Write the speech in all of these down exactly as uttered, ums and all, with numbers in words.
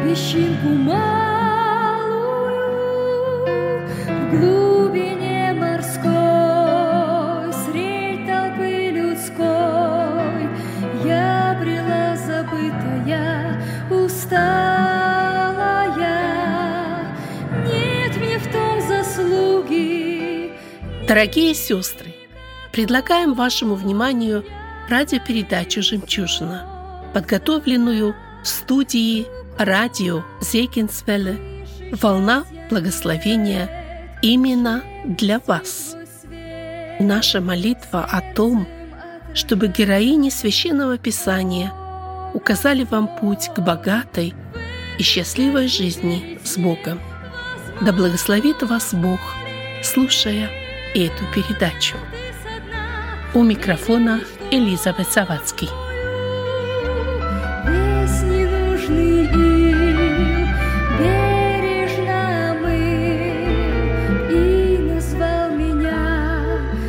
песчинку малую в глубине морской, средь толпы людской, я брела забытая, усталая, нет мне в том заслуги. Дорогие сестры, предлагаем вашему вниманию радиопередачу «Жемчужина», подготовленную в студии радио Зегенсвелле «Волна благословения» именно для вас. Наша молитва о том, чтобы героини Священного Писания указали вам путь к богатой и счастливой жизни с Богом. Да благословит вас Бог, слушая эту передачу. У микрофона Елизавета Завадский. Весь ненужный ил бережно мыл и назвал меня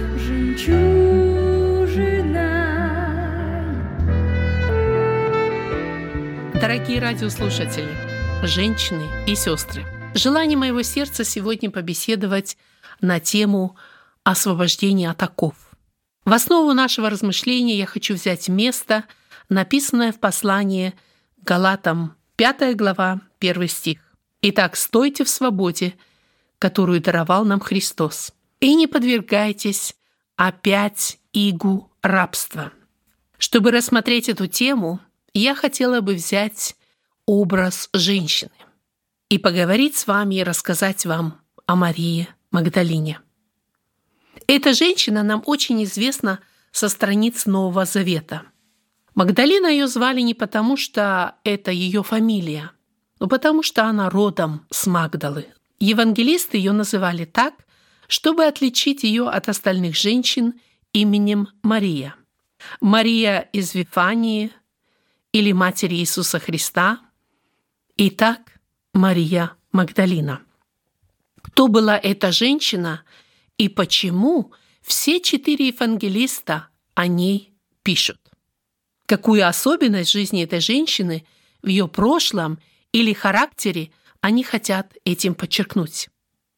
жемчужиной. Дорогие радиослушатели, женщины и сестры, желание моего сердца сегодня побеседовать на тему освобождения от оков. В основу нашего размышления я хочу взять место, написанное в послании Галатам, пятая глава, первый стих. «Итак, стойте в свободе, которую даровал нам Христос, и не подвергайтесь опять игу рабства». Чтобы рассмотреть эту тему, я хотела бы взять образ женщины и поговорить с вами и рассказать вам о Марии Магдалине. Эта женщина нам очень известна со страниц Нового Завета. Магдалина ее звали не потому, что это ее фамилия, но потому, что она родом с Магдалы. Евангелисты ее называли так, чтобы отличить ее от остальных женщин именем Мария. Мария из Вифании или Матери Иисуса Христа. Итак, Мария Магдалина. Кто была эта женщина и почему все четыре евангелиста о ней пишут? Какую особенность жизни этой женщины в ее прошлом или характере они хотят этим подчеркнуть?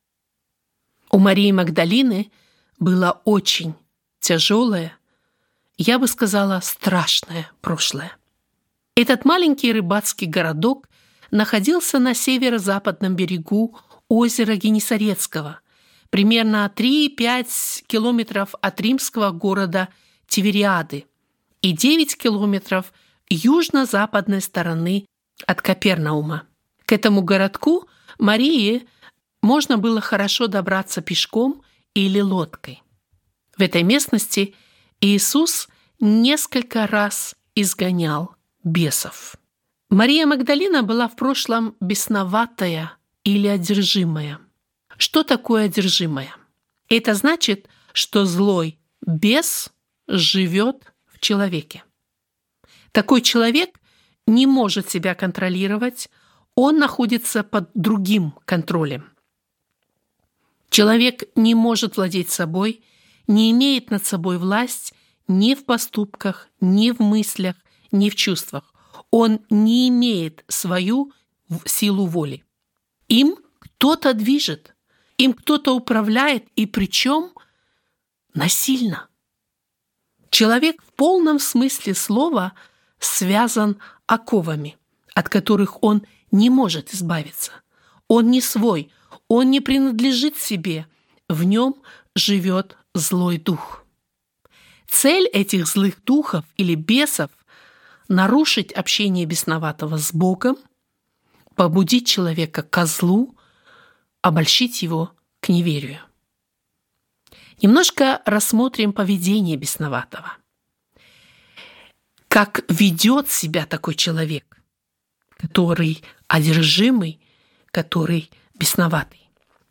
У Марии Магдалины было очень тяжелое, я бы сказала, страшное прошлое. Этот маленький рыбацкий городок находился на северо-западном берегу озера Генесарецкого, примерно три-пять километров от римского города Тивериады и девять километров южно-западной стороны от Капернаума. К этому городку Марии можно было хорошо добраться пешком или лодкой. В этой местности Иисус несколько раз изгонял бесов. Мария Магдалина была в прошлом бесноватая или одержимая. Что такое одержимая? Это значит, что злой бес живет в человеке. Такой человек не может себя контролировать, он находится под другим контролем. Человек не может владеть собой, не имеет над собой власть ни в поступках, ни в мыслях, ни в чувствах. Он не имеет свою силу воли. Им кто-то движет, им кто-то управляет, и причем насильно. Человек в полном смысле слова связан оковами, от которых он не может избавиться. Он не свой, он не принадлежит себе, в нем живет злой дух. Цель этих злых духов или бесов – нарушить общение бесноватого с Богом, побудить человека к злу, обольщить его к неверию. Немножко рассмотрим поведение бесноватого. Как ведет себя такой человек, который одержимый, который бесноватый.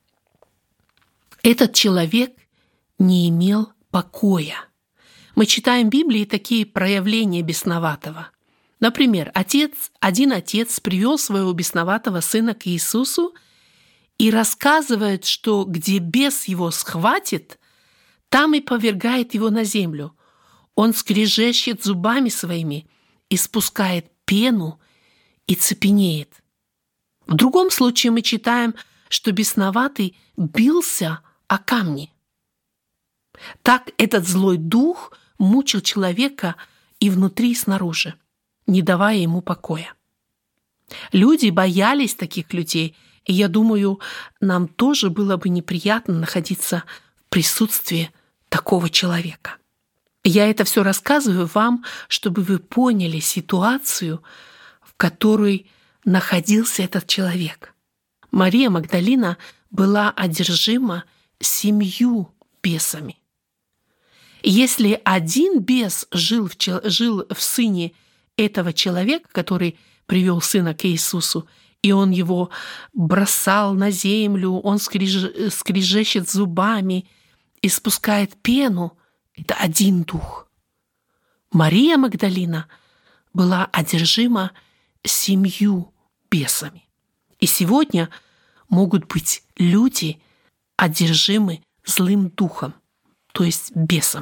Этот человек не имел покоя. Мы читаем в Библии такие проявления бесноватого. Например, отец, один отец привел своего бесноватого сына к Иисусу и рассказывает, что где бес его схватит, там и повергает его на землю. Он скрежещет зубами своими, испускает пену и цепенеет. В другом случае мы читаем, что бесноватый бился о камни. Так этот злой дух мучил человека и внутри, и снаружи, не давая ему покоя. Люди боялись таких людей, и я думаю, нам тоже было бы неприятно находиться в присутствии такого человека. Я это все рассказываю вам, чтобы вы поняли ситуацию, в которой находился этот человек. Мария Магдалина была одержима семью бесами. И если один бес жил в, чел- жил в сыне этого человека, который привел сына к Иисусу, и он его бросал на землю, он скреж... скрежещет зубами и спускает пену, это один дух. Мария Магдалина была одержима семью бесами. И сегодня могут быть люди одержимы злым духом, то есть бесом.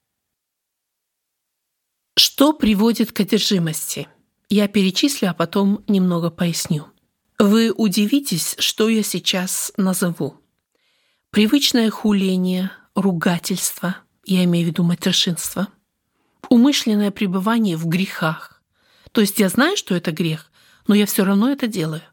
Что приводит к одержимости? Я перечислю, а потом немного поясню. Вы удивитесь, что я сейчас назову. Привычное хуление, ругательство, я имею в виду матершинство, умышленное пребывание в грехах. То есть я знаю, что это грех, но я все равно это делаю.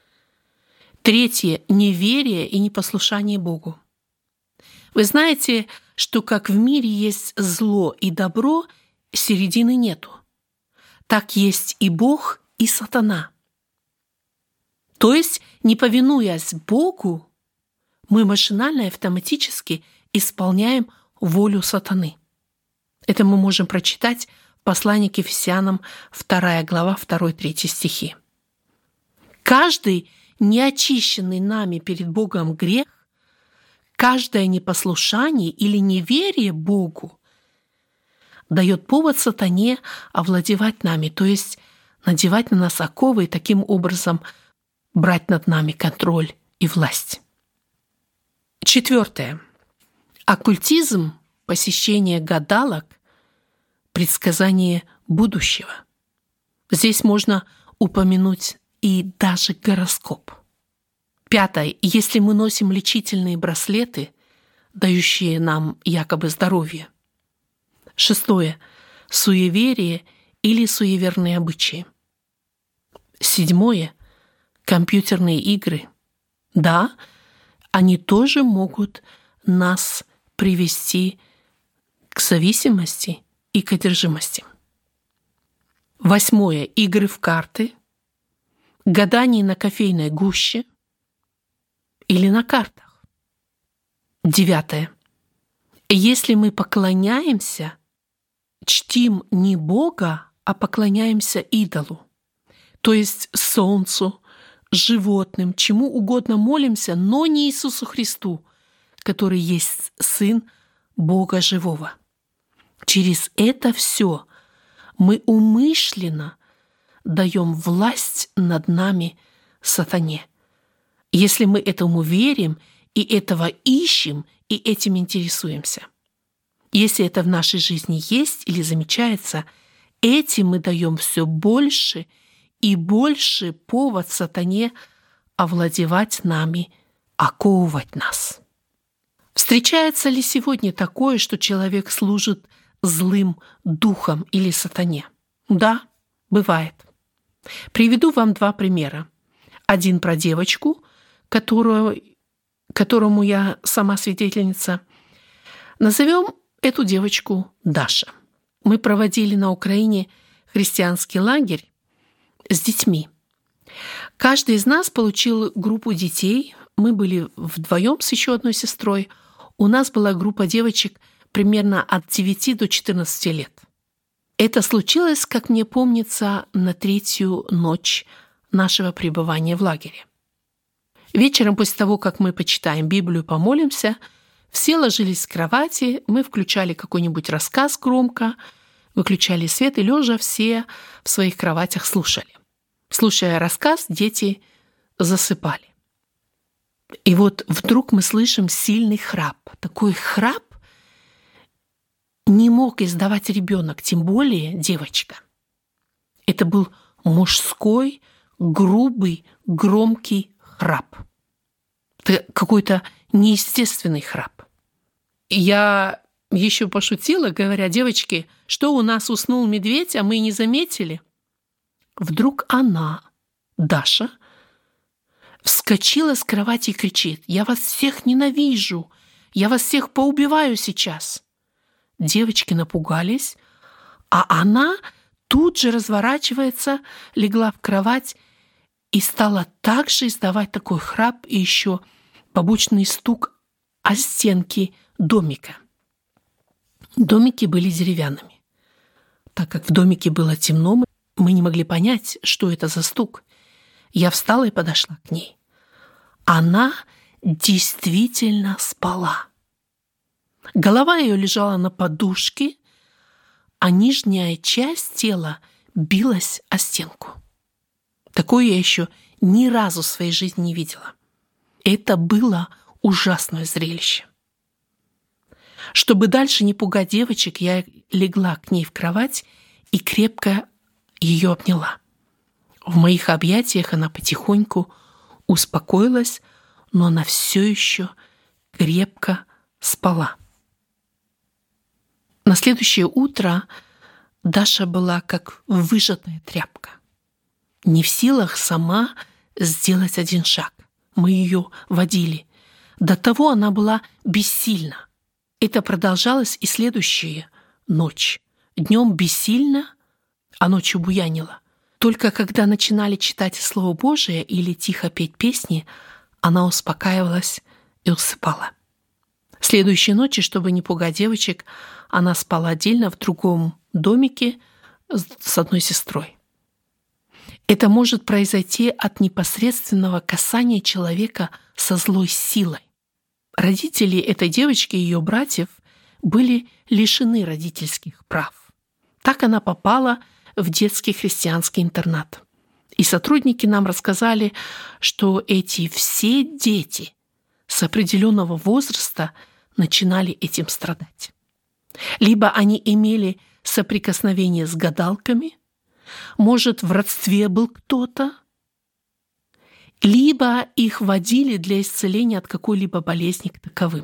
Третье – неверие и непослушание Богу. Вы знаете, что как в мире есть зло и добро, середины нету. Так есть и Бог, и сатана. То есть, не повинуясь Богу, мы машинально и автоматически исполняем волю сатаны. Это мы можем прочитать в послании к Ефесянам, вторая глава, второй-третий стихи. Каждый неочищенный нами перед Богом грех, каждое непослушание или неверие Богу дает повод сатане овладевать нами, то есть надевать на нас оковы и таким образом брать над нами контроль и власть. Четвертое. Оккультизм, посещение гадалок, предсказание будущего. Здесь можно упомянуть и даже гороскоп. Пятое. Если мы носим лечительные браслеты, дающие нам якобы здоровье. Шестое. Суеверие или суеверные обычаи. Седьмое. Компьютерные игры. Да, они тоже могут нас привести к зависимости и к одержимости. Восьмое. Игры в карты, гадание на кофейной гуще или на картах. Девятое. Если мы поклоняемся, чтим не Бога, а поклоняемся идолу, то есть солнцу, животным, чему угодно молимся, но не Иисусу Христу, который есть Сын Бога Живого. Через это все мы умышленно даем власть над нами сатане. Если мы этому верим и этого ищем, и этим интересуемся. Если это в нашей жизни есть или замечается, этим мы даем все больше и больше повод сатане овладевать нами, оковывать нас. Встречается ли сегодня такое, что человек служит злым духом или сатане? Да, бывает. Приведу вам два примера. Один про девочку, которую, которому я сама свидетельница. Назовем эту девочку Даша. Мы проводили на Украине христианский лагерь с детьми. Каждый из нас получил группу детей. Мы были вдвоем с еще одной сестрой. У нас была группа девочек примерно от девяти до четырнадцати лет. Это случилось, как мне помнится, на третью ночь нашего пребывания в лагере. Вечером, после того, как мы почитаем Библию, помолимся, все ложились в кровати, мы включали какой-нибудь рассказ громко, выключали свет и лежа все в своих кроватях слушали. Слушая рассказ, дети засыпали. И вот вдруг мы слышим сильный храп. Такой храп не мог издавать ребенок, тем более девочка. Это был мужской грубый, громкий храп. Это какой-то неестественный храп. Я еще пошутила, говоря: девочки, что у нас уснул медведь, а мы не заметили? Вдруг она, Даша, вскочила с кровати и кричит: «Я вас всех ненавижу! Я вас всех поубиваю сейчас!» Девочки напугались, а она тут же разворачивается, легла в кровать и стала также издавать такой храп и еще побочный стук о стенки домика. Домики были деревянными. Так как в домике было темно, мы не могли понять, что это за стук. Я встала и подошла к ней. Она действительно спала. Голова ее лежала на подушке, а нижняя часть тела билась о стенку. Такое я еще ни разу в своей жизни не видела. Это было ужасное зрелище. Чтобы дальше не пугать девочек, я легла к ней в кровать и крепко ее обняла. В моих объятиях она потихоньку успокоилась, но она все еще крепко спала. На следующее утро Даша была как выжатая тряпка. Не в силах сама сделать один шаг. Мы ее водили. До того она была бессильна. Это продолжалось и следующую ночь. Днем бессильна, а ночью буянила. Только когда начинали читать Слово Божие или тихо петь песни, она успокаивалась и усыпала. Следующей ночи, чтобы не пугать девочек, она спала отдельно в другом домике с одной сестрой. Это может произойти от непосредственного касания человека со злой силой. Родители этой девочки и ее братьев были лишены родительских прав. Так она попала в детский христианский интернат. И сотрудники нам рассказали, что эти все дети с определенного возраста начинали этим страдать. Либо они имели соприкосновение с гадалками, может, в родстве был кто-то, либо их водили для исцеления от какой-либо болезни к таковым.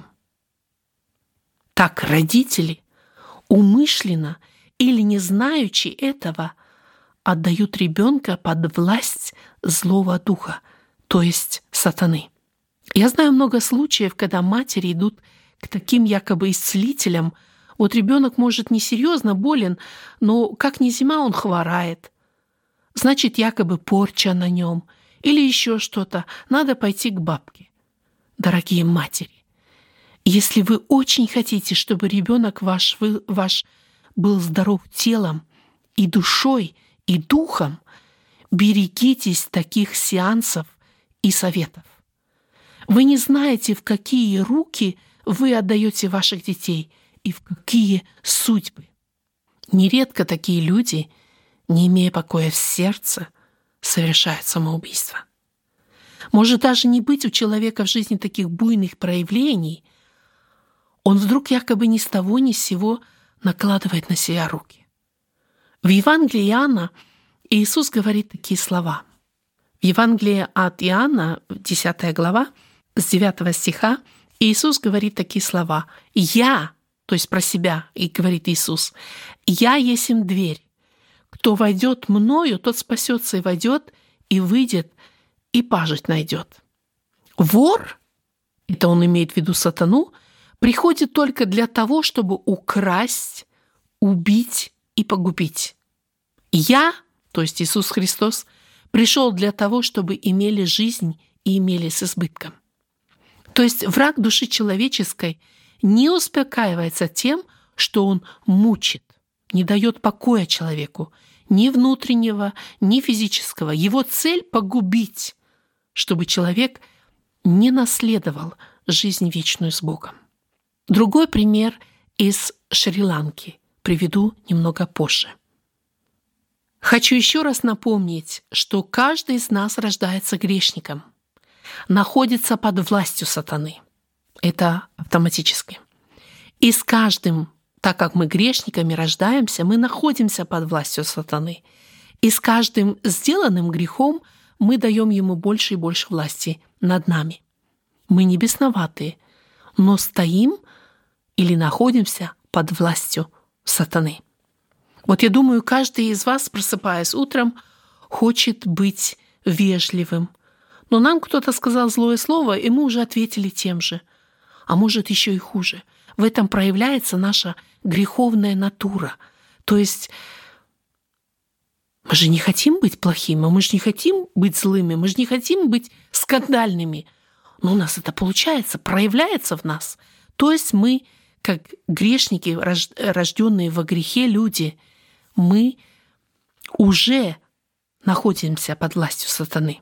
Так родители умышленно или не знаючи этого отдают ребенка под власть злого духа, то есть сатаны. Я знаю много случаев, когда матери идут к таким якобы исцелителям. Вот ребенок, может, несерьезно болен, но как ни зима, он хворает. Значит, якобы порча на нем или еще что-то. Надо пойти к бабке. Дорогие матери, если вы очень хотите, чтобы ребенок ваш, вы, ваш был здоров телом и душой, и духом, берегитесь таких сеансов и советов. Вы не знаете, в какие руки вы отдаете ваших детей и в какие судьбы. Нередко такие люди, не имея покоя в сердце, совершают самоубийство. Может даже не быть у человека в жизни таких буйных проявлений, он вдруг якобы ни с того ни с сего накладывает на себя руки. В Евангелии Иоанна Иисус говорит такие слова. В Евангелии от Иоанна, десятая глава, с девятого стиха, Иисус говорит такие слова. «Я», то есть про себя, и говорит Иисус, «Я есмь дверь. Кто войдет мною, тот спасется и войдет, и выйдет, и пажить найдет». Вор, это он имеет в виду сатану, приходит только для того, чтобы украсть, убить и погубить. Я, то есть Иисус Христос, пришел для того, чтобы имели жизнь и имели с избытком. То есть враг души человеческой не успокаивается тем, что он мучит, не дает покоя человеку, ни внутреннего, ни физического. Его цель — погубить, чтобы человек не наследовал жизнь вечную с Богом. Другой пример из Шри-Ланки приведу немного позже. Хочу еще раз напомнить, что каждый из нас рождается грешником, находится под властью сатаны. Это автоматически. И с каждым, так как мы грешниками рождаемся, мы находимся под властью сатаны. И с каждым сделанным грехом мы даем ему больше и больше власти над нами. Мы не бесноватые, но стоим или находимся под властью сатаны. Вот я думаю, каждый из вас, просыпаясь утром, хочет быть вежливым. Но нам кто-то сказал злое слово, и мы уже ответили тем же. А может, еще и хуже. В этом проявляется наша греховная натура. То есть мы же не хотим быть плохими, мы же не хотим быть злыми, мы же не хотим быть скандальными. Но у нас это получается, проявляется в нас. То есть мы, как грешники, рожденные во грехе люди, мы уже находимся под властью сатаны.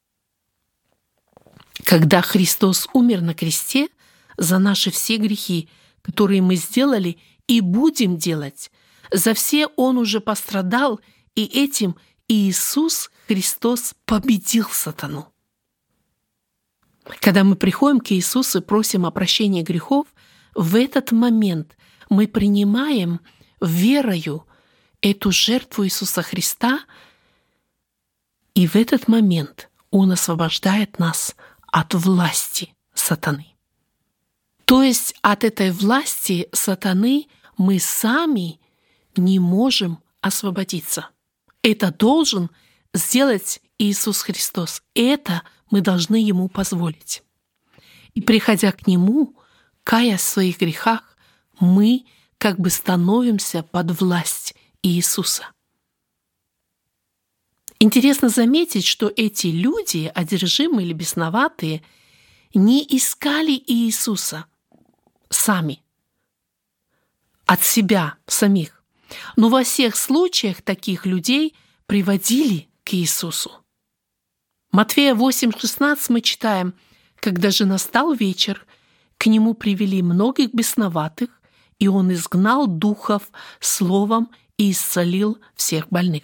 Когда Христос умер на кресте за наши все грехи, которые мы сделали и будем делать, за все Он уже пострадал, и этим Иисус Христос победил сатану. Когда мы приходим к Иисусу и просим о прощении грехов, в этот момент мы принимаем верою эту жертву Иисуса Христа, и в этот момент Он освобождает нас от власти сатаны. То есть от этой власти сатаны мы сами не можем освободиться. Это должен сделать Иисус Христос. Это мы должны Ему позволить. И приходя к Нему, каясь в своих грехах, мы как бы становимся под власть Иисуса. Интересно заметить, что эти люди, одержимые или бесноватые, не искали Иисуса сами, от себя самих, но во всех случаях таких людей приводили к Иисусу. Матфея восемь шестнадцать мы читаем: «Когда же настал вечер, к Нему привели многих бесноватых, и Он изгнал духов словом и исцелил всех больных».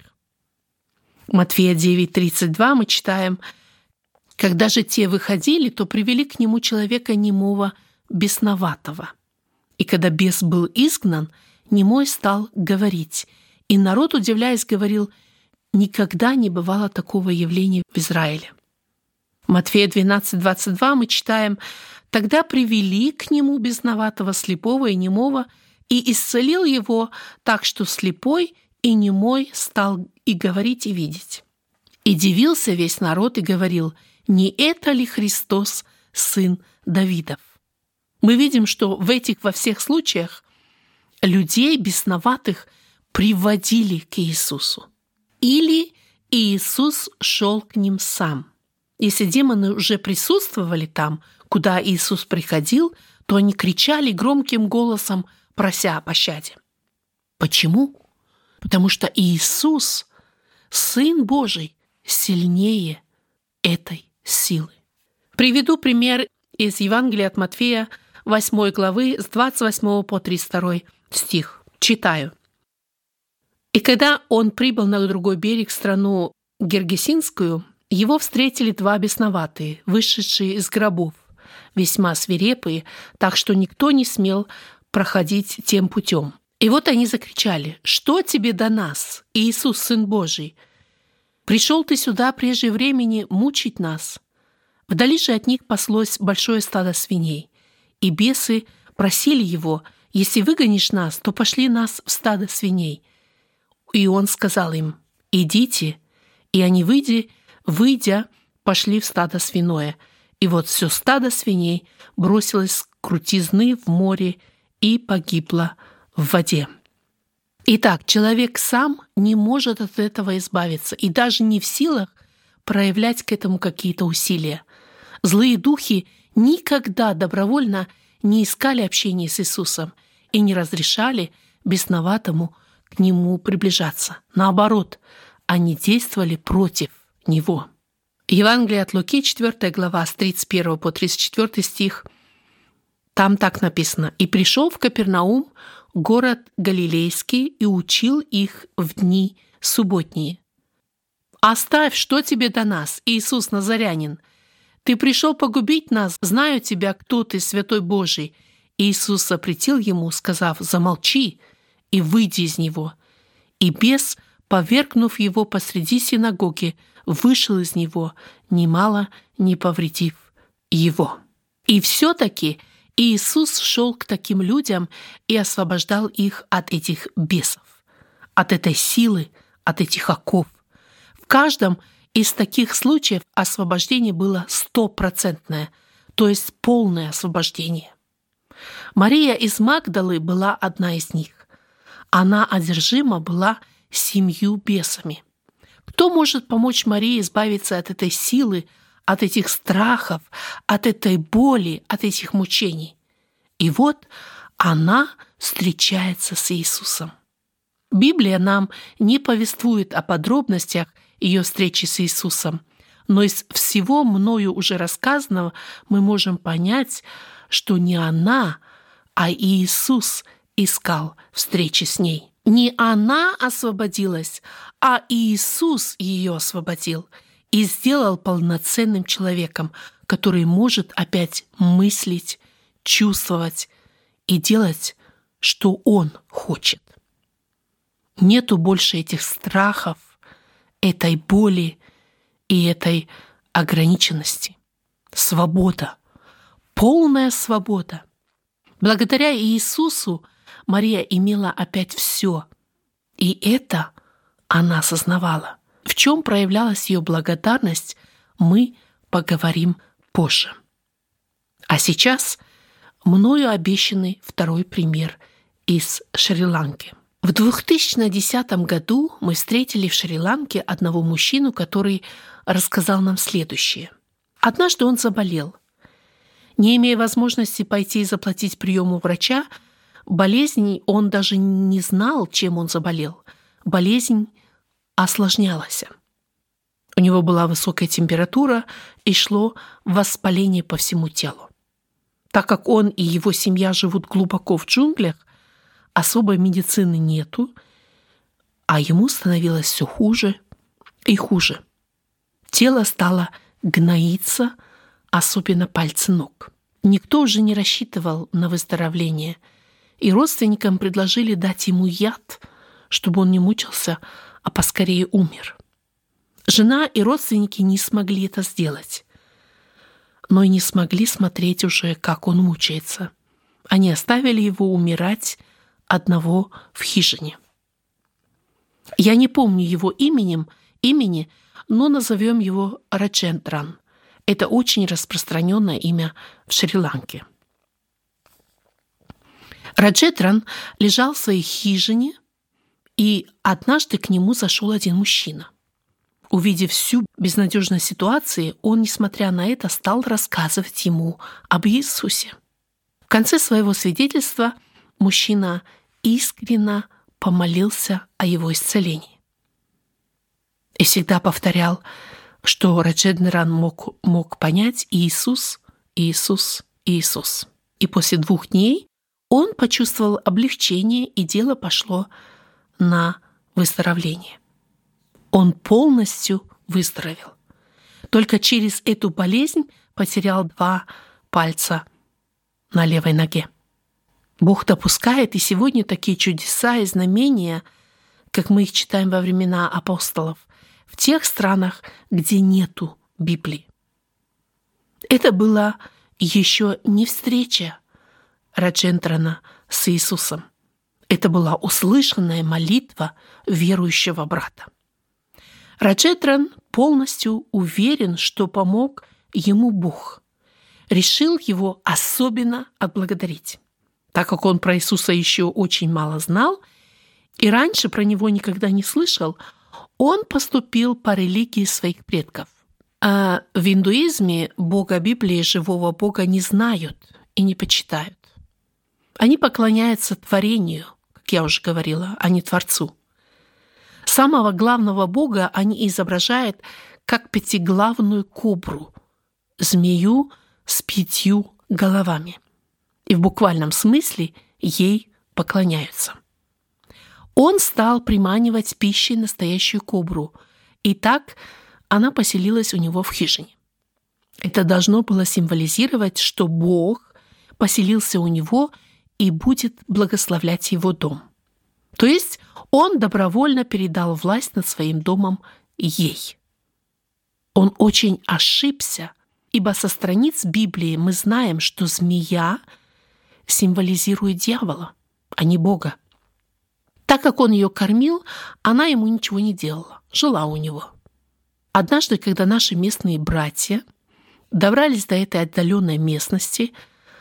Матфея девять тридцать два мы читаем: «Когда же те выходили, то привели к Нему человека немого, бесноватого. И когда бес был изгнан, немой стал говорить. И народ, удивляясь, говорил: никогда не бывало такого явления в Израиле». Матфея двенадцать двадцать два мы читаем: «Тогда привели к Нему бесноватого, слепого и немого, и исцелил его, так что слепой и немой стал и говорить, и видеть. И дивился весь народ и говорил: не это ли Христос, сын Давидов?» Мы видим, что в этих во всех случаях людей бесноватых приводили к Иисусу. Или Иисус шел к ним сам. Если демоны уже присутствовали там, куда Иисус приходил, то они кричали громким голосом, прося о пощаде. Почему? Потому что Иисус, Сын Божий, сильнее этой силы. Приведу пример из Евангелия от Матфея, восьмой главы, с двадцать восьмого по тридцать второй стих. Читаю. «И когда он прибыл на другой берег, страну Гергесинскую, его встретили два бесноватые, вышедшие из гробов, весьма свирепые, так что никто не смел проходить тем путем. И вот они закричали: «Что тебе до нас, Иисус, Сын Божий? Пришел ты сюда прежде времени мучить нас». Вдали же от них паслось большое стадо свиней, и бесы просили его: «Если выгонишь нас, то пошли нас в стадо свиней». И он сказал им: «Идите». И они, выйдя, выйдя, пошли в стадо свиное. И вот все стадо свиней бросилось с крутизны в море и погибло в воде. Итак, человек сам не может от этого избавиться и даже не в силах проявлять к этому какие-то усилия. Злые духи никогда добровольно не искали общения с Иисусом и не разрешали бесноватому к Нему приближаться. Наоборот, они действовали против Него. Евангелие от Луки, четвёртая глава, с тридцать первого по тридцать четвёртый стих. Там так написано: «И пришел в Капернаум, город Галилейский, и учил их в дни субботние. Оставь, что тебе до нас, Иисус Назарянин? Ты пришел погубить нас, знаю тебя, кто ты, святой Божий». Иисус запретил ему, сказав: «Замолчи и выйди из него». И бес повергнув его посреди синагоги, вышел из него, немало не повредив его. И все-таки Иисус шел к таким людям и освобождал их от этих бесов, от этой силы, от этих оков. В каждом из таких случаев освобождение было стопроцентное, то есть полное освобождение. Мария из Магдалы была одна из них. Она одержима была семью бесами. Кто может помочь Марии избавиться от этой силы, от этих страхов, от этой боли, от этих мучений? И вот она встречается с Иисусом. Библия нам не повествует о подробностях ее встречи с Иисусом, но из всего мною уже рассказанного мы можем понять, что не она, а Иисус искал встречи с ней. Не она освободилась, а Иисус ее освободил и сделал полноценным человеком, который может опять мыслить, чувствовать и делать, что Он хочет. Нету больше этих страхов, этой боли и этой ограниченности. Свобода, полная свобода. Благодаря Иисусу Мария имела опять все, и это она осознавала. В чем проявлялась ее благодарность, мы поговорим позже. А сейчас мною обещанный второй пример из Шри-Ланки. В две тысячи десятом году мы встретили в Шри-Ланке одного мужчину, который рассказал нам следующее. Однажды он заболел. Не имея возможности пойти и заплатить приему врача, болезнь, он даже не знал, чем он заболел. Болезнь осложнялась. У него была высокая температура и шло воспаление по всему телу. Так как он и его семья живут глубоко в джунглях, особой медицины нету, а ему становилось все хуже и хуже. Тело стало гноиться, особенно пальцы ног. Никто уже не рассчитывал на выздоровление, и родственникам предложили дать ему яд, чтобы он не мучился, а поскорее умер. Жена и родственники не смогли это сделать, но и не смогли смотреть уже, как он мучается. Они оставили его умирать одного в хижине. Я не помню его именем, имени, но назовем его Раджендран. Это очень распространенное имя в Шри-Ланке. Раджендран лежал в своей хижине, и однажды к нему зашел один мужчина. Увидев всю безнадежность ситуации, он, несмотря на это, стал рассказывать ему об Иисусе. В конце своего свидетельства мужчина искренне помолился о его исцелении. И всегда повторял, что Раджендран мог, мог понять Иисус, Иисус, Иисус. И после двух дней он почувствовал облегчение, и дело пошло на выздоровление. Он полностью выздоровел. Только через эту болезнь потерял два пальца на левой ноге. Бог допускает и сегодня такие чудеса и знамения, как мы их читаем во времена апостолов, в тех странах, где нету Библии. Это была еще не встреча Раджендрана с Иисусом. Это была услышанная молитва верующего брата. Раджендран полностью уверен, что помог ему Бог. Решил его особенно отблагодарить. Так как он про Иисуса еще очень мало знал и раньше про него никогда не слышал, он поступил по религии своих предков. А в индуизме Бога Библии, живого Бога, не знают и не почитают. Они поклоняются творению, как я уже говорила, а не Творцу. Самого главного Бога они изображают как пятиглавную кобру, змею с пятью головами. И в буквальном смысле ей поклоняются. Он стал приманивать пищей настоящую кобру, и так она поселилась у него в хижине. Это должно было символизировать, что Бог поселился у него и будет благословлять его дом. То есть Он добровольно передал власть над своим домом ей. Он очень ошибся, ибо со страниц Библии мы знаем, что змея символизирует дьявола, а не Бога. Так как он ее кормил, она ему ничего не делала, жила у него. Однажды, когда наши местные братья добрались до этой отдаленной местности,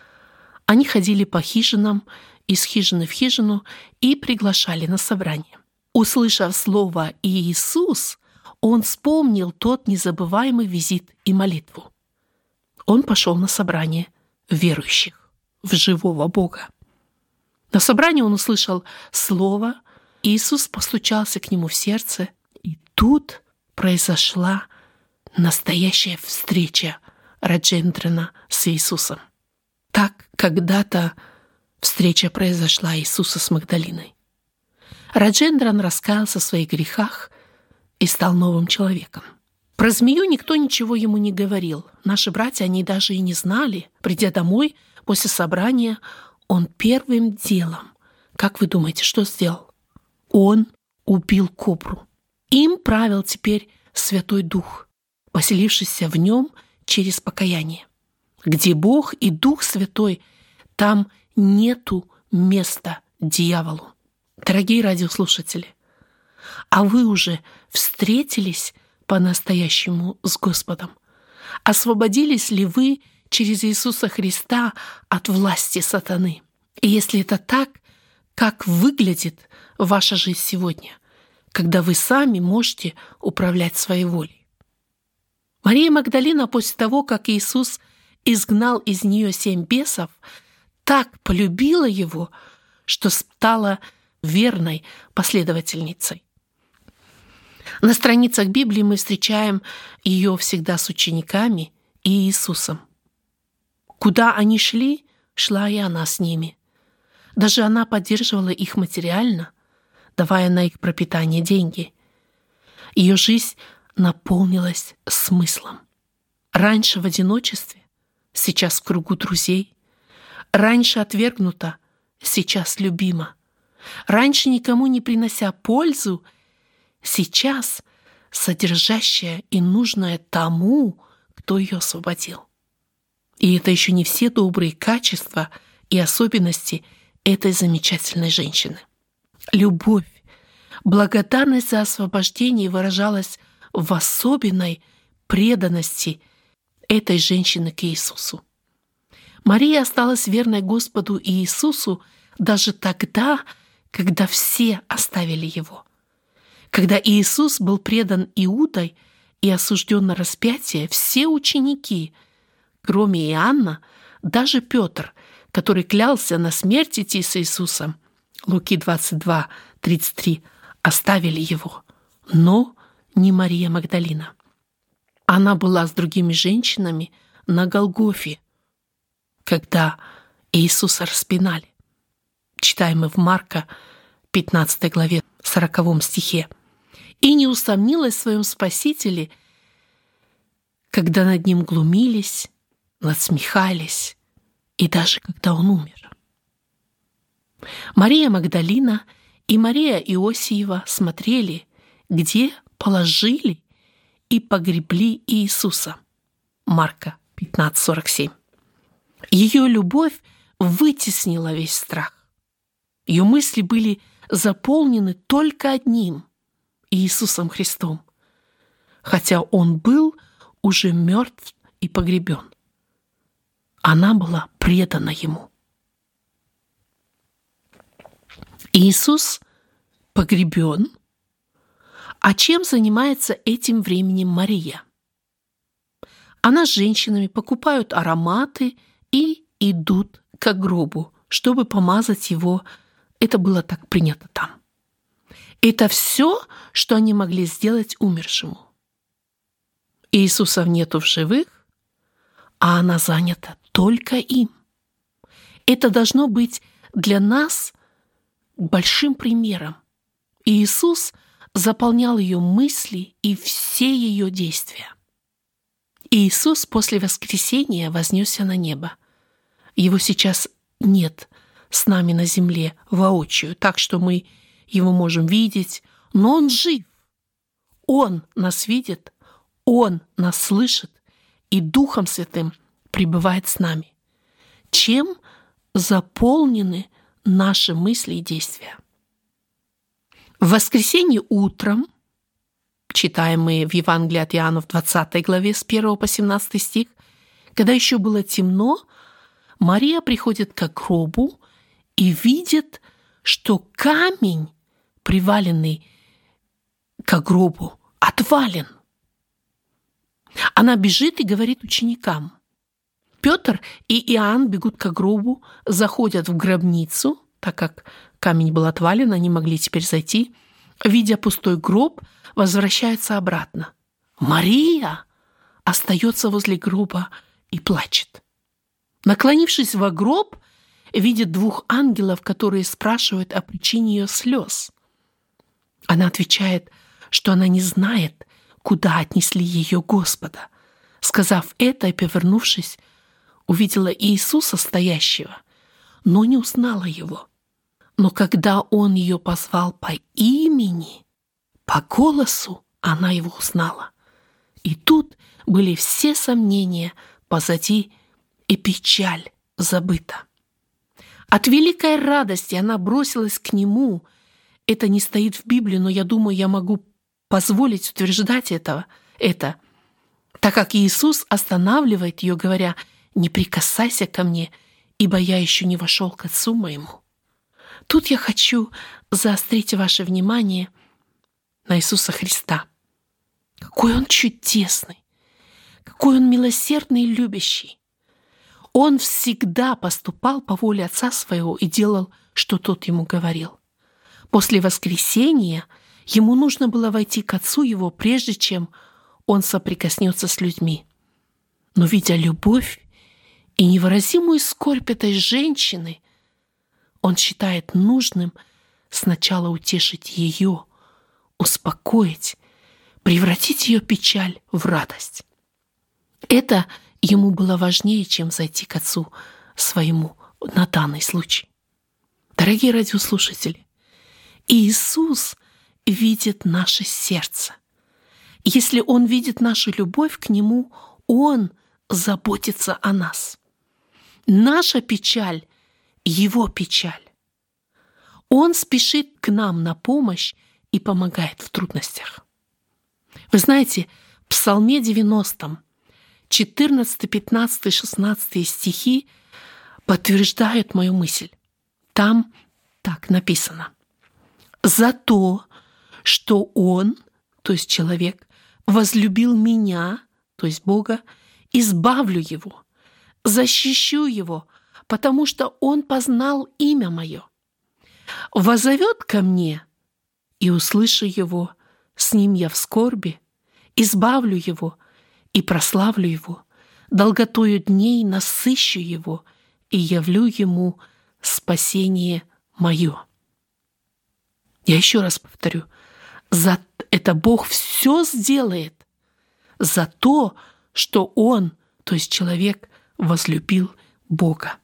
они ходили по хижинам, из хижины в хижину и приглашали на собрание. Услышав слово «Иисус», он вспомнил тот незабываемый визит и молитву. Он пошел на собрание верующих в живого Бога. На собрании он услышал слово, Иисус постучался к нему в сердце, и тут произошла настоящая встреча Раджендрана с Иисусом. Так когда-то встреча произошла Иисуса с Магдалиной. Раджендран раскаялся в своих грехах и стал новым человеком. Про змею никто ничего ему не говорил. Наши братья, они даже и не знали. Придя домой после собрания, он первым делом, как вы думаете, что сделал? Он убил кобру. Им правил теперь Святой Дух, поселившийся в нем через покаяние. Где Бог и Дух Святой, там нету места дьяволу. Дорогие радиослушатели, а вы уже встретились по-настоящему с Господом? Освободились ли вы через Иисуса Христа от власти сатаны? И если это так, как выглядит ваша жизнь сегодня, когда вы сами можете управлять своей волей? Мария Магдалина после того, как Иисус изгнал из нее семь бесов, так полюбила его, что стала верной последовательницей. На страницах Библии мы встречаем ее всегда с учениками и Иисусом. Куда они шли, шла и она с ними. Даже она поддерживала их материально, давая на их пропитание деньги. Ее жизнь наполнилась смыслом. Раньше в одиночестве, сейчас в кругу друзей. Раньше отвергнута, сейчас любима. Раньше никому не принося пользу, сейчас содержащая и нужная тому, кто ее освободил. И это еще не все добрые качества и особенности этой замечательной женщины. Любовь, благодарность за освобождение выражалась в особенной преданности этой женщины к Иисусу. Мария осталась верной Господу Иисусу даже тогда, когда все оставили его. Когда Иисус был предан Иудой и осужден на распятие, все ученики, кроме Иоанна, даже Петр, который клялся на смерть идти с Иисусом, Луки двадцать два тридцать три, оставили его. Но не Мария Магдалина. Она была с другими женщинами на Голгофе, когда Иисуса распинали. Читаем мы в Марка пятнадцатой главе сороковом стихе. «И не усомнилась в своем Спасителе, когда над ним глумились, надсмехались, и даже когда он умер». Мария Магдалина и Мария Иосиева смотрели, где положили и погребли Иисуса. Марка пятнадцать сорок семь. Ее любовь вытеснила весь страх. Ее мысли были заполнены только одним – Иисусом Христом, хотя Он был уже мертв и погребен. Она была предана Ему. Иисус погребен, а чем занимается этим временем Мария? Она с женщинами покупают ароматы и идут к гробу, чтобы помазать его. Это было так принято там. Это все, что они могли сделать умершему. Иисуса нету в живых, а она занята только им. Это должно быть для нас большим примером. Иисус заполнял ее мысли и все ее действия. Иисус после воскресения вознесся на небо. Его сейчас нет с нами на земле воочию, так что мы его можем видеть, но Он жив. Он нас видит, Он нас слышит и Духом Святым пребывает с нами. Чем заполнены наши мысли и действия? В воскресенье утром, читаем мы в Евангелии от Иоанна в двадцатой главе с первого по семнадцатый стих, когда еще было темно, Мария приходит к гробу и видит, что камень, приваленный к гробу, отвален. Она бежит и говорит ученикам. Петр и Иоанн бегут к гробу, заходят в гробницу, так как камень был отвален, они могли теперь зайти. Видя пустой гроб, возвращаются обратно. Мария остается возле гроба и плачет. Наклонившись во гроб, видит двух ангелов, которые спрашивают о причине ее слез. Она отвечает, что она не знает, куда отнесли ее Господа. Сказав это и повернувшись, увидела Иисуса стоящего, но не узнала его. Но когда он ее позвал по имени, по голосу, она его узнала. И тут были все сомнения позади, и печаль забыта. От великой радости она бросилась к нему. Это не стоит в Библии, но я думаю, я могу позволить утверждать этого, это, так как Иисус останавливает ее, говоря: «Не прикасайся ко мне, ибо я еще не вошел к Отцу моему». Тут я хочу заострить ваше внимание на Иисуса Христа. Какой Он чудесный, какой Он милосердный и любящий. Он всегда поступал по воле Отца Своего и делал, что Тот Ему говорил. После воскресения Ему нужно было войти к Отцу Его, прежде чем Он соприкоснется с людьми. Но, видя любовь и невыразимую скорбь этой женщины, Он считает нужным сначала утешить ее, успокоить, превратить ее печаль в радость. Это Ему было важнее, чем зайти к Отцу Своему на данный случай. Дорогие радиослушатели, Иисус видит наше сердце. Если Он видит нашу любовь к Нему, Он заботится о нас. Наша печаль — Его печаль. Он спешит к нам на помощь и помогает в трудностях. Вы знаете, в Псалме девяностом, четырнадцатый, пятнадцатый, шестнадцатый стихи подтверждают мою мысль. Там так написано: «За то, что Он, то есть человек, возлюбил меня, то есть Бога, избавлю его, защищу его, потому что он познал имя мое. Воззовет ко мне, и услышу его, с ним я в скорби, избавлю его и прославлю его, долготою дней насыщу его и явлю ему спасение мое». Я еще раз повторю, за это Бог все сделает за то, что Он, то есть человек, возлюбил Бога.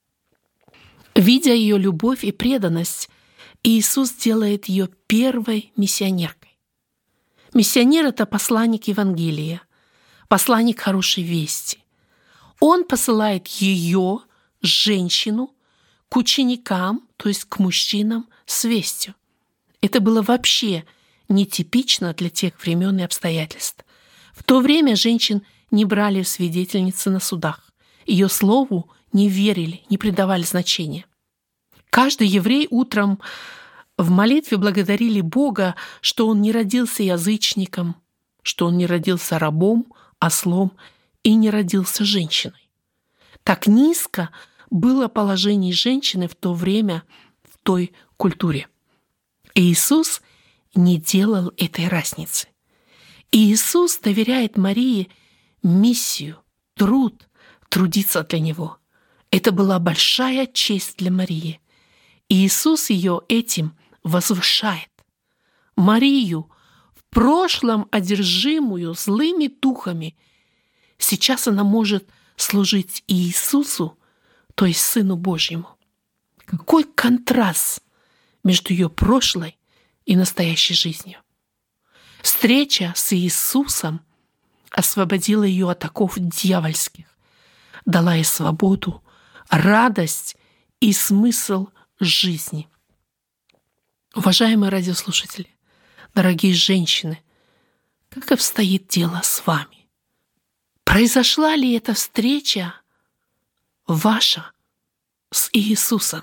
Видя ее любовь и преданность, Иисус делает ее первой миссионеркой. Миссионер — это посланник Евангелия, посланник хорошей вести. Он посылает ее, женщину, к ученикам, то есть к мужчинам, с вестью. Это было вообще нетипично для тех времен и обстоятельств. В то время женщин не брали в свидетельницы на судах. Ее слову не верили, не придавали значения. Каждый еврей утром в молитве благодарили Бога, что он не родился язычником, что он не родился рабом, ослом и не родился женщиной. Так низко было положение женщины в то время, в той культуре. Иисус не делал этой разницы. Иисус доверяет Марии миссию, труд, трудиться для Него. Это была большая честь для Марии. Иисус ее этим возвышает. Марию, в прошлом одержимую злыми духами, сейчас она может служить Иисусу, то есть Сыну Божьему. Какой контраст между ее прошлой и настоящей жизнью. Встреча с Иисусом освободила ее от оков дьявольских, дала ей свободу, радость и смысл жизни. Уважаемые радиослушатели, дорогие женщины, как обстоит дело с вами? Произошла ли эта встреча ваша с Иисусом?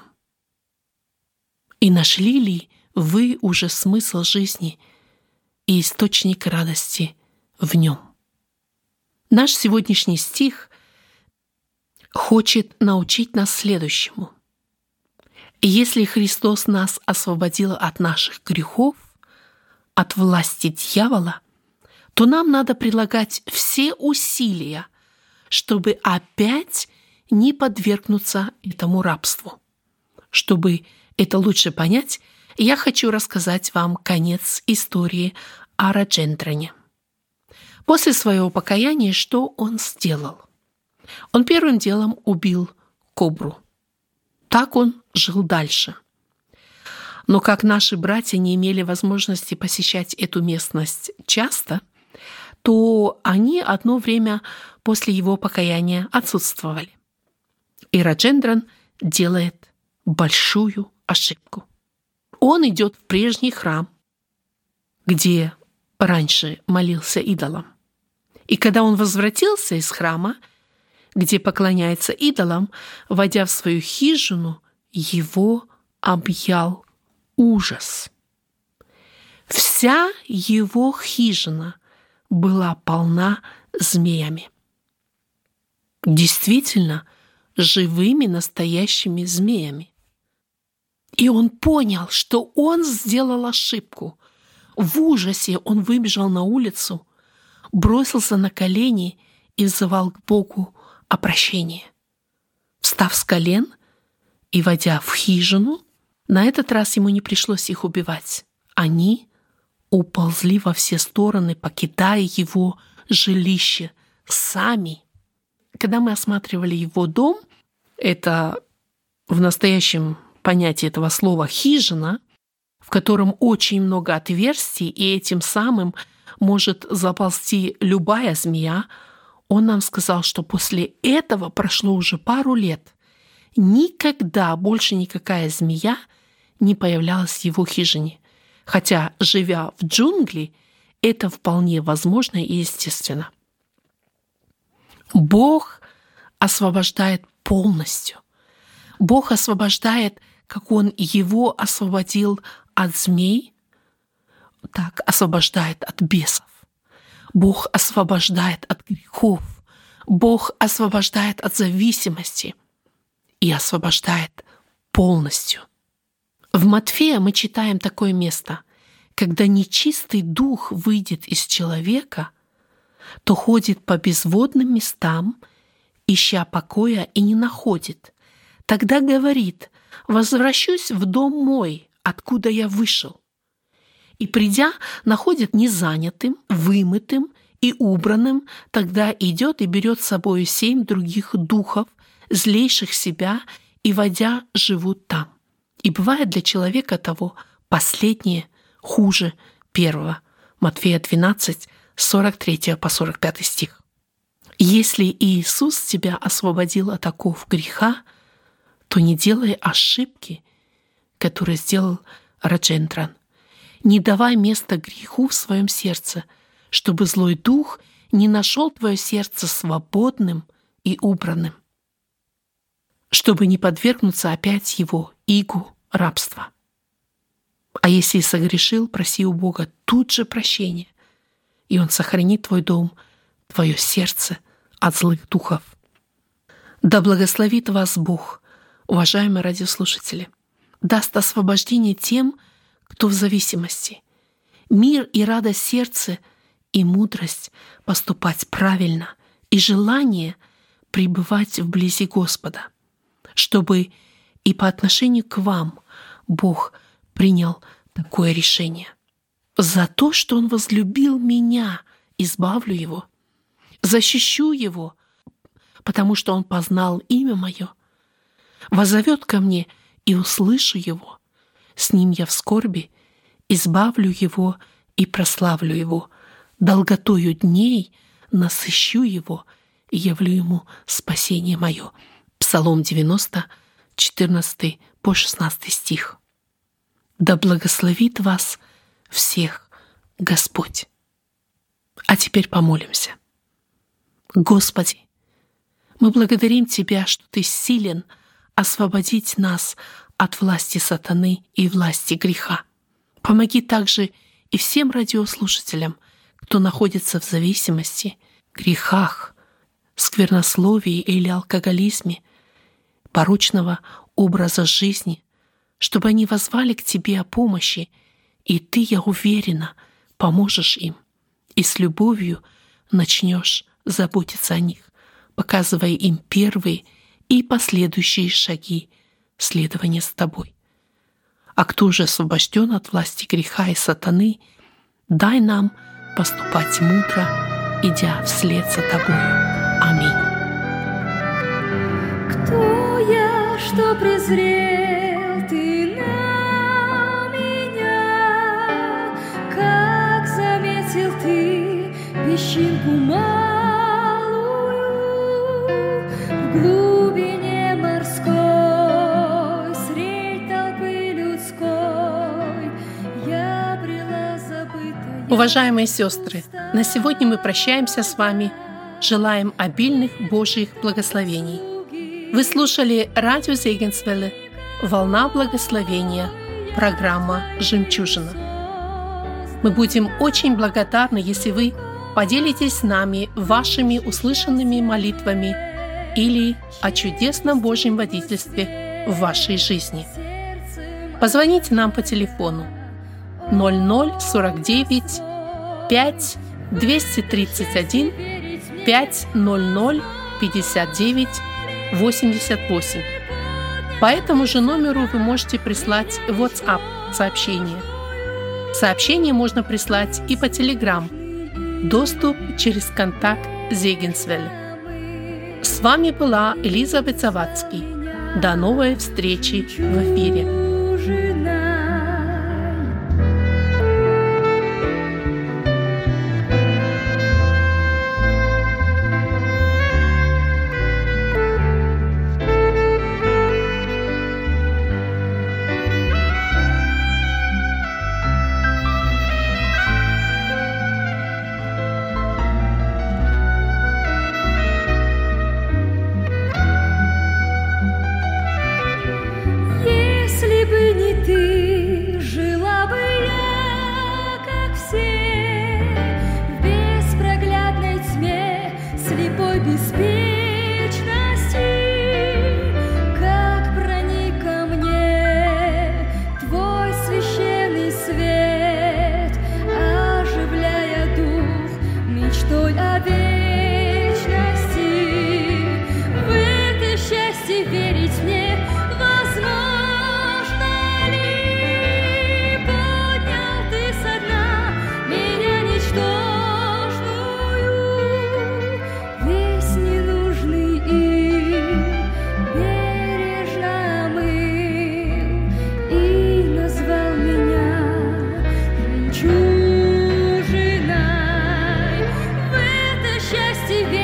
И нашли ли вы уже смысл жизни и источник радости в нем? Наш сегодняшний стих хочет научить нас следующему. Если Христос нас освободил от наших грехов, от власти дьявола, то нам надо прилагать все усилия, чтобы опять не подвергнуться этому рабству. Чтобы это лучше понять, я хочу рассказать вам конец истории о Раджендрене. После своего покаяния что он сделал? Он первым делом убил кобру. Так он жил дальше. Но как наши братья не имели возможности посещать эту местность часто, то они одно время после его покаяния отсутствовали. И Раджендран делает большую ошибку. Он идет в прежний храм, где раньше молился идолам. И когда он возвратился из храма, где поклоняется идолам, войдя в свою хижину, его объял ужас. Вся его хижина была полна змеями. Действительно, живыми настоящими змеями. И он понял, что он сделал ошибку. В ужасе он выбежал на улицу, бросился на колени и взывал к Богу о прощении. Встав с колен и войдя в хижину, на этот раз ему не пришлось их убивать. Они уползли во все стороны, покидая его жилище сами. Когда мы осматривали его дом, это в настоящем понятии этого слова «хижина», в котором очень много отверстий, и этим самым может заползти любая змея, он нам сказал, что после этого прошло уже пару лет. Никогда больше никакая змея не появлялась в его хижине. Хотя, живя в джунгли, это вполне возможно и естественно. Бог освобождает полностью. Бог освобождает, как Он его освободил от змей, так освобождает от бесов. Бог освобождает от грехов. Бог освобождает от зависимости и освобождает полностью. В Матфея мы читаем такое место: когда нечистый дух выйдет из человека, то ходит по безводным местам, ища покоя, и не находит. Тогда говорит: возвращусь в дом мой, откуда я вышел. И, придя, находит незанятым, вымытым и убранным, тогда идет и берет с собой семь других духов, злейших себя, и, войдя, живут там. И бывает для человека того последнее хуже первого. Матфея двенадцать, сорок три по сорок пять стих. Если Иисус тебя освободил от оков греха, то не делай ошибки, которые сделал Раджендран. Не давай места греху в своем сердце, чтобы злой дух не нашел твое сердце свободным и убранным, чтобы не подвергнуться опять его игу рабства. А если и согрешил, проси у Бога тут же прощения, и Он сохранит твой дом, твое сердце от злых духов. Да благословит вас Бог, уважаемые радиослушатели, даст освобождение тем, кто в зависимости, мир и радость сердца и мудрость поступать правильно и желание пребывать вблизи Господа, чтобы и по отношению к вам Бог принял такое решение. За то, что Он возлюбил меня, избавлю Его, защищу Его, потому что Он познал имя Мое, воззовет ко мне и услышу Его. С Ним я в скорби избавлю его и прославлю его. Долготою дней насыщу его и явлю ему спасение мое». Псалом девяносто, четырнадцатый по шестнадцатый стих. Да благословит вас всех Господь. А теперь помолимся. Господи, мы благодарим Тебя, что Ты силен освободить нас от власти сатаны и власти греха. Помоги также и всем радиослушателям, кто находится в зависимости, грехах, сквернословии или алкоголизме, порочного образа жизни, чтобы они воззвали к Тебе о помощи, и Ты, я уверена, поможешь им и с любовью начнешь заботиться о них, показывая им первые и последующие шаги следования с Тобой. А кто же освобожден от власти греха и сатаны, дай нам поступать мудро, идя вслед за Тобою. Аминь. Кто я, что презрел Ты на меня? Как заметил Ты песчинку малую в глубине морской, средь толпы людской я брела забытая. Уважаемые сестры, на сегодня мы прощаемся с вами. Желаем обильных Божьих благословений. Вы слушали радио Зегенсвелле «Волна благословения», программа «Жемчужина». Мы будем очень благодарны, если вы поделитесь с нами вашими услышанными молитвами или о чудесном Божьем водительстве в вашей жизни. Позвоните нам по телефону ноль ноль сорок девять пять двести тридцать один пять ноль ноль пятьдесят девять восемьдесят восемь. По этому же номеру вы можете прислать WhatsApp сообщение. Сообщение можно прислать и по Telegram. Доступ через контакт Зегенсвелле. С вами была Элизабет Завадский. До новой встречи в эфире. Счастье